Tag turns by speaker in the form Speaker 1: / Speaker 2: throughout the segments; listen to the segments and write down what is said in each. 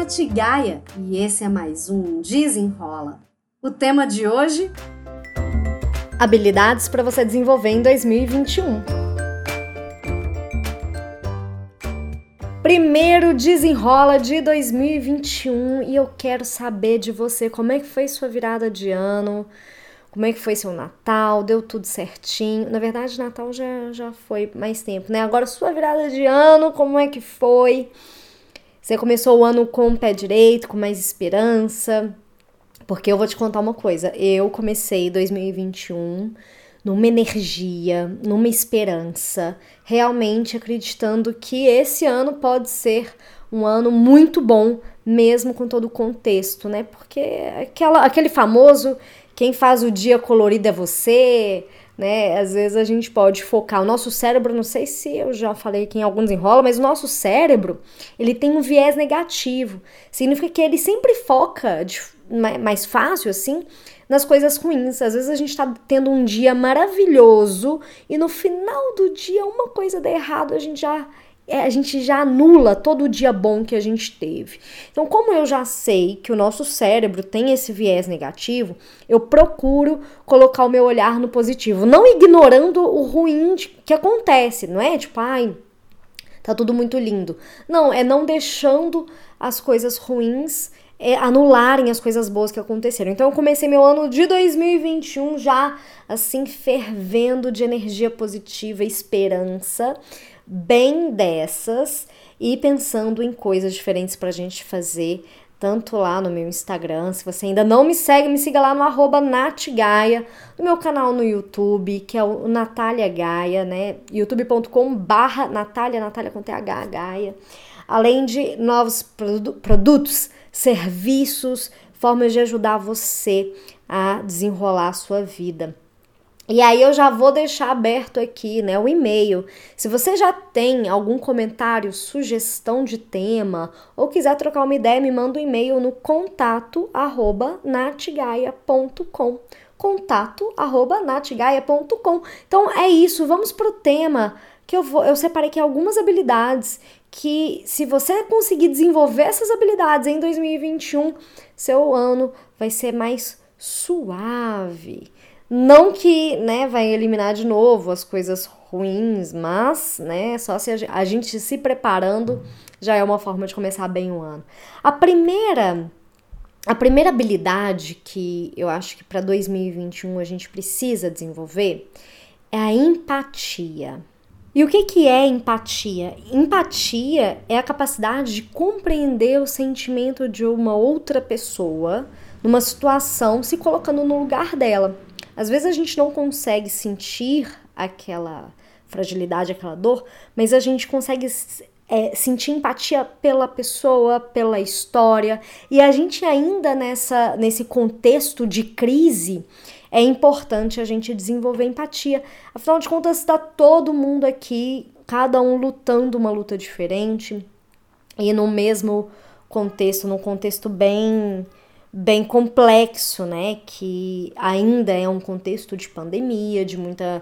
Speaker 1: Nath Gaia e esse é mais um Desenrola. O tema de hoje: habilidades para você desenvolver em 2021. Primeiro Desenrola de 2021 e eu quero saber de você como é que foi sua virada de ano, como é que foi seu Natal, deu tudo certinho. Na verdade, Natal já foi mais tempo, né? Agora, sua virada de ano, como é que foi? Você começou o ano com o pé direito, com mais esperança? Porque eu vou te contar uma coisa. Eu comecei 2021 numa energia, numa esperança, realmente acreditando que esse ano pode ser um ano muito bom, mesmo com todo o contexto, né? Porque aquele famoso, quem faz o dia colorido é você, né? Às vezes a gente pode focar, o nosso cérebro, não sei se eu já falei aqui em algum desenrola, mas o nosso cérebro, ele tem um viés negativo, significa que ele sempre foca mais fácil, assim, nas coisas ruins. Às vezes a gente tá tendo um dia maravilhoso e no final do dia uma coisa dá errado, a gente já anula todo o dia bom que a gente teve. Então, como eu já sei que o nosso cérebro tem esse viés negativo, eu procuro colocar o meu olhar no positivo, não ignorando o ruim que acontece, não é? Tipo, ai, tá tudo muito lindo. Não, é não deixando as coisas ruins anularem as coisas boas que aconteceram. Então eu comecei meu ano de 2021 já assim fervendo de energia positiva e esperança, bem dessas, e pensando em coisas diferentes pra gente fazer, tanto lá no meu Instagram. Se você ainda não me segue, me siga lá no @NathGaia, no meu canal no YouTube, que é o Natália Gaia, né? youtube.com/Natália, Natália com TH, Gaia. Além de novos produtos, serviços, formas de ajudar você a desenrolar a sua vida. E aí eu já vou deixar aberto aqui, né, o e-mail. Se você já tem algum comentário, sugestão de tema, ou quiser trocar uma ideia, me manda um e-mail no contato@nathgaia.com. contato@nathgaia.com. Então é isso, vamos pro tema que eu separei aqui algumas habilidades que, se você conseguir desenvolver essas habilidades em 2021, seu ano vai ser mais suave. Não que, né, vai eliminar de novo as coisas ruins, mas, né, só se a gente se preparando já é uma forma de começar bem o ano. A primeira habilidade que eu acho que para 2021 a gente precisa desenvolver é a empatia. E o que é empatia? Empatia é a capacidade de compreender o sentimento de uma outra pessoa numa situação, se colocando no lugar dela. Às vezes a gente não consegue sentir aquela fragilidade, aquela dor, mas a gente consegue sentir empatia pela pessoa, pela história. E a gente ainda nesse contexto de crise, é importante a gente desenvolver empatia. Afinal de contas, está todo mundo aqui, cada um lutando uma luta diferente e no mesmo contexto, num contexto bem complexo, né? Que ainda é um contexto de pandemia, de muita,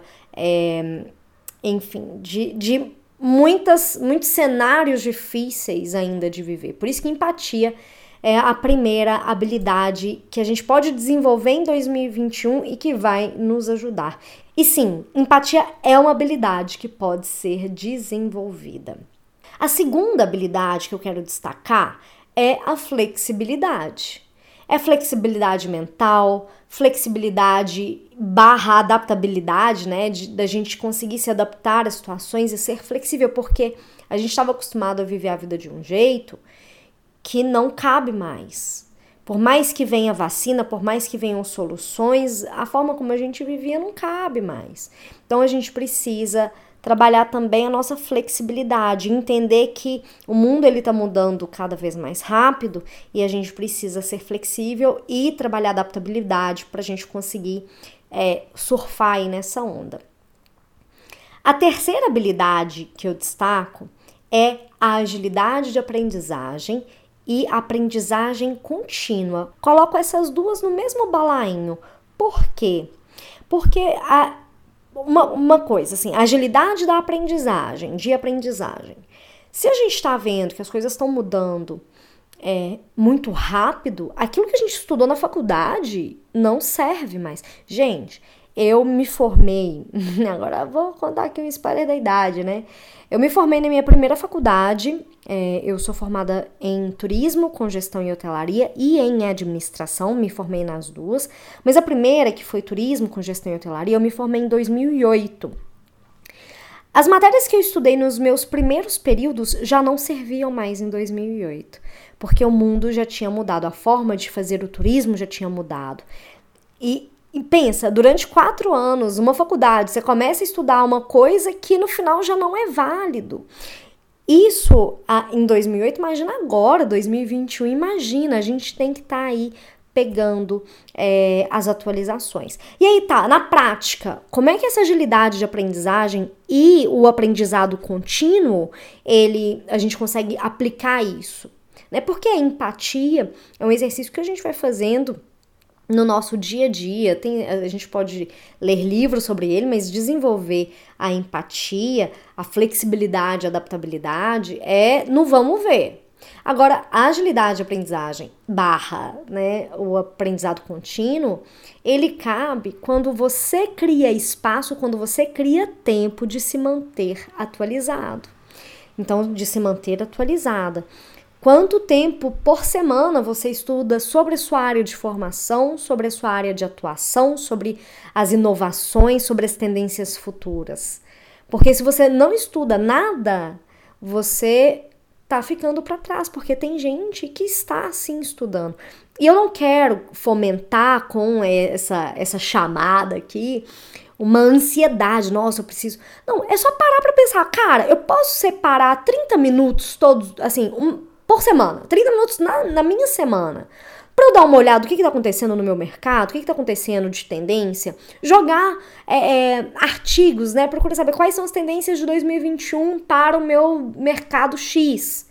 Speaker 1: enfim, de muitos cenários difíceis ainda de viver. Por isso que empatia é a primeira habilidade que a gente pode desenvolver em 2021 e que vai nos ajudar. E sim, empatia é uma habilidade que pode ser desenvolvida. A segunda habilidade que eu quero destacar é a flexibilidade. É flexibilidade mental, flexibilidade / adaptabilidade, né? Da gente conseguir se adaptar às situações e ser flexível, porque a gente estava acostumado a viver a vida de um jeito que não cabe mais. Por mais que venha vacina, por mais que venham soluções, a forma como a gente vivia não cabe mais. Então a gente precisa trabalhar também a nossa flexibilidade, entender que o mundo ele tá mudando cada vez mais rápido e a gente precisa ser flexível e trabalhar adaptabilidade para a gente conseguir surfar aí nessa onda. A terceira habilidade que eu destaco é a agilidade de aprendizagem e aprendizagem contínua. Coloco essas duas no mesmo balainho. Por quê? Porque uma coisa, assim, a agilidade da aprendizagem, de aprendizagem. Se a gente está vendo que as coisas estão mudando muito rápido, aquilo que a gente estudou na faculdade não serve mais. Gente, eu me formei, agora eu vou contar aqui um spoiler da idade, né? Eu me formei na minha primeira faculdade, eu sou formada em turismo, com gestão e hotelaria e em administração, me formei nas duas, mas a primeira, que foi turismo com gestão e hotelaria, eu me formei em 2008. As matérias que eu estudei nos meus primeiros períodos já não serviam mais em 2008, porque o mundo já tinha mudado, a forma de fazer o turismo já tinha mudado. E pensa, durante 4 anos, uma faculdade, você começa a estudar uma coisa que no final já não é válido. Isso em 2008, imagina agora, 2021, imagina, a gente tem que estar aí pegando as atualizações. E aí tá, na prática, como é que essa agilidade de aprendizagem e o aprendizado contínuo, a gente consegue aplicar isso? Né? Porque a empatia é um exercício que a gente vai fazendo no nosso dia a dia. A gente pode ler livros sobre ele, mas desenvolver a empatia, a flexibilidade, a adaptabilidade no vamos ver. Agora, a agilidade de aprendizagem né, o aprendizado contínuo, ele cabe quando você cria espaço, quando você cria tempo de se manter atualizado. Então, de se manter atualizada. Quanto tempo por semana você estuda sobre a sua área de formação, sobre a sua área de atuação, sobre as inovações, sobre as tendências futuras? Porque se você não estuda nada, você tá ficando para trás, porque tem gente que está assim estudando. E eu não quero fomentar com essa chamada aqui uma ansiedade, nossa, eu preciso... Não, é só parar para pensar, cara, eu posso separar 30 minutos todos, assim, por semana, 30 minutos na minha semana, para eu dar uma olhada do que está acontecendo no meu mercado, o que está acontecendo de tendência, jogar artigos, né, procurar saber quais são as tendências de 2021 para o meu mercado X.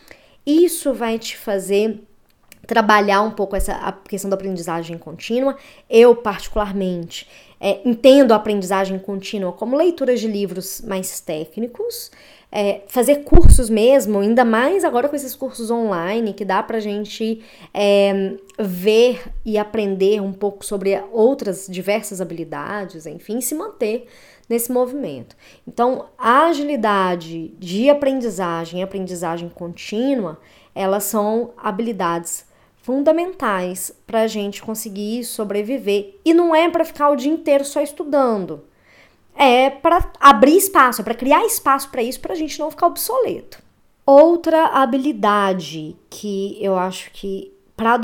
Speaker 1: Isso vai te fazer trabalhar um pouco a questão da aprendizagem contínua. Eu, particularmente, entendo a aprendizagem contínua como leituras de livros mais técnicos, fazer cursos mesmo, ainda mais agora com esses cursos online, que dá pra gente ver e aprender um pouco sobre outras diversas habilidades, enfim, se manter nesse movimento. Então, a agilidade de aprendizagem e aprendizagem contínua, elas são habilidades fundamentais para a gente conseguir sobreviver. E não é para ficar o dia inteiro só estudando. É para abrir espaço, é para criar espaço para isso, para a gente não ficar obsoleto. Outra habilidade que eu acho que para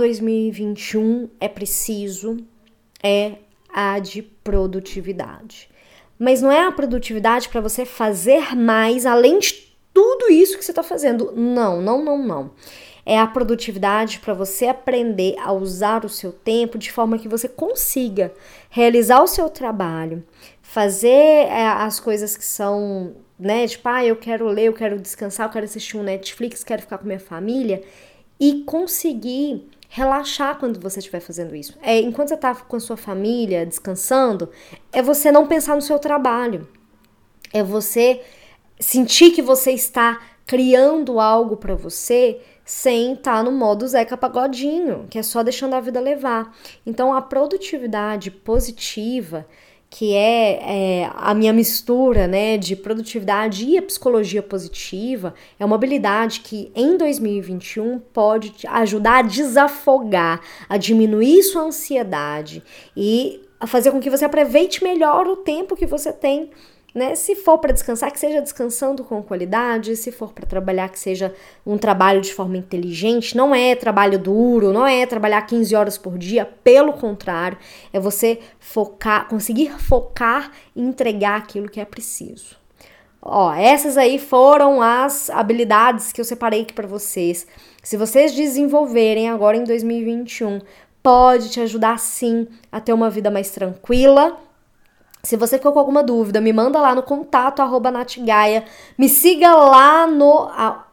Speaker 1: 2021 é preciso é a de produtividade. Mas não é a produtividade para você fazer mais além de tudo isso que você está fazendo. Não. É a produtividade para você aprender a usar o seu tempo de forma que você consiga realizar o seu trabalho, fazer as coisas que são, né, tipo, eu quero ler, eu quero descansar, eu quero assistir um Netflix, quero ficar com minha família e conseguir relaxar quando você estiver fazendo isso. Enquanto você está com a sua família, descansando, é você não pensar no seu trabalho. É você sentir que você está criando algo para você sem estar no modo Zeca Pagodinho, que é só deixando a vida levar. Então, a produtividade positiva, que é a minha mistura, né, de produtividade e a psicologia positiva, é uma habilidade que em 2021 pode te ajudar a desafogar, a diminuir sua ansiedade e a fazer com que você aproveite melhor o tempo que você tem, né? Se for para descansar, que seja descansando com qualidade, se for para trabalhar, que seja um trabalho de forma inteligente, não é trabalho duro, não é trabalhar 15 horas por dia, pelo contrário, é você conseguir focar e entregar aquilo que é preciso. Essas aí foram as habilidades que eu separei aqui para vocês. Se vocês desenvolverem agora em 2021, pode te ajudar sim a ter uma vida mais tranquila. Se você ficou com alguma dúvida, me manda lá no contato @natgaia. Me siga lá no...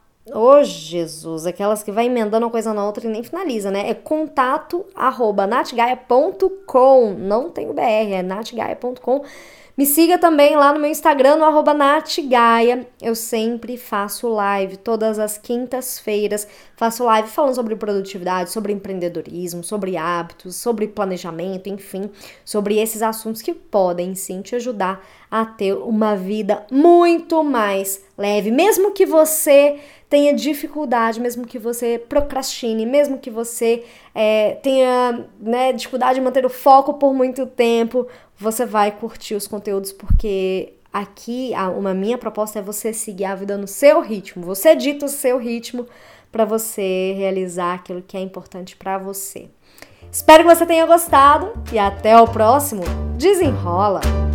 Speaker 1: Jesus, aquelas que vai emendando uma coisa na outra e nem finaliza, né? É contato @natgaia.com. Não tem o BR, é natgaia.com. Me siga também lá no meu Instagram, no @NathGaia. Eu sempre faço live, todas as quintas-feiras. Faço live falando sobre produtividade, sobre empreendedorismo, sobre hábitos, sobre planejamento, enfim, sobre esses assuntos que podem sim te ajudar a ter uma vida muito mais leve. Mesmo que você tenha dificuldade, mesmo que você procrastine, mesmo que você tenha, né, dificuldade de manter o foco por muito tempo, você vai curtir os conteúdos, porque aqui uma minha proposta é você seguir a vida no seu ritmo. Você dita o seu ritmo para você realizar aquilo que é importante para você. Espero que você tenha gostado e até o próximo Desenrola!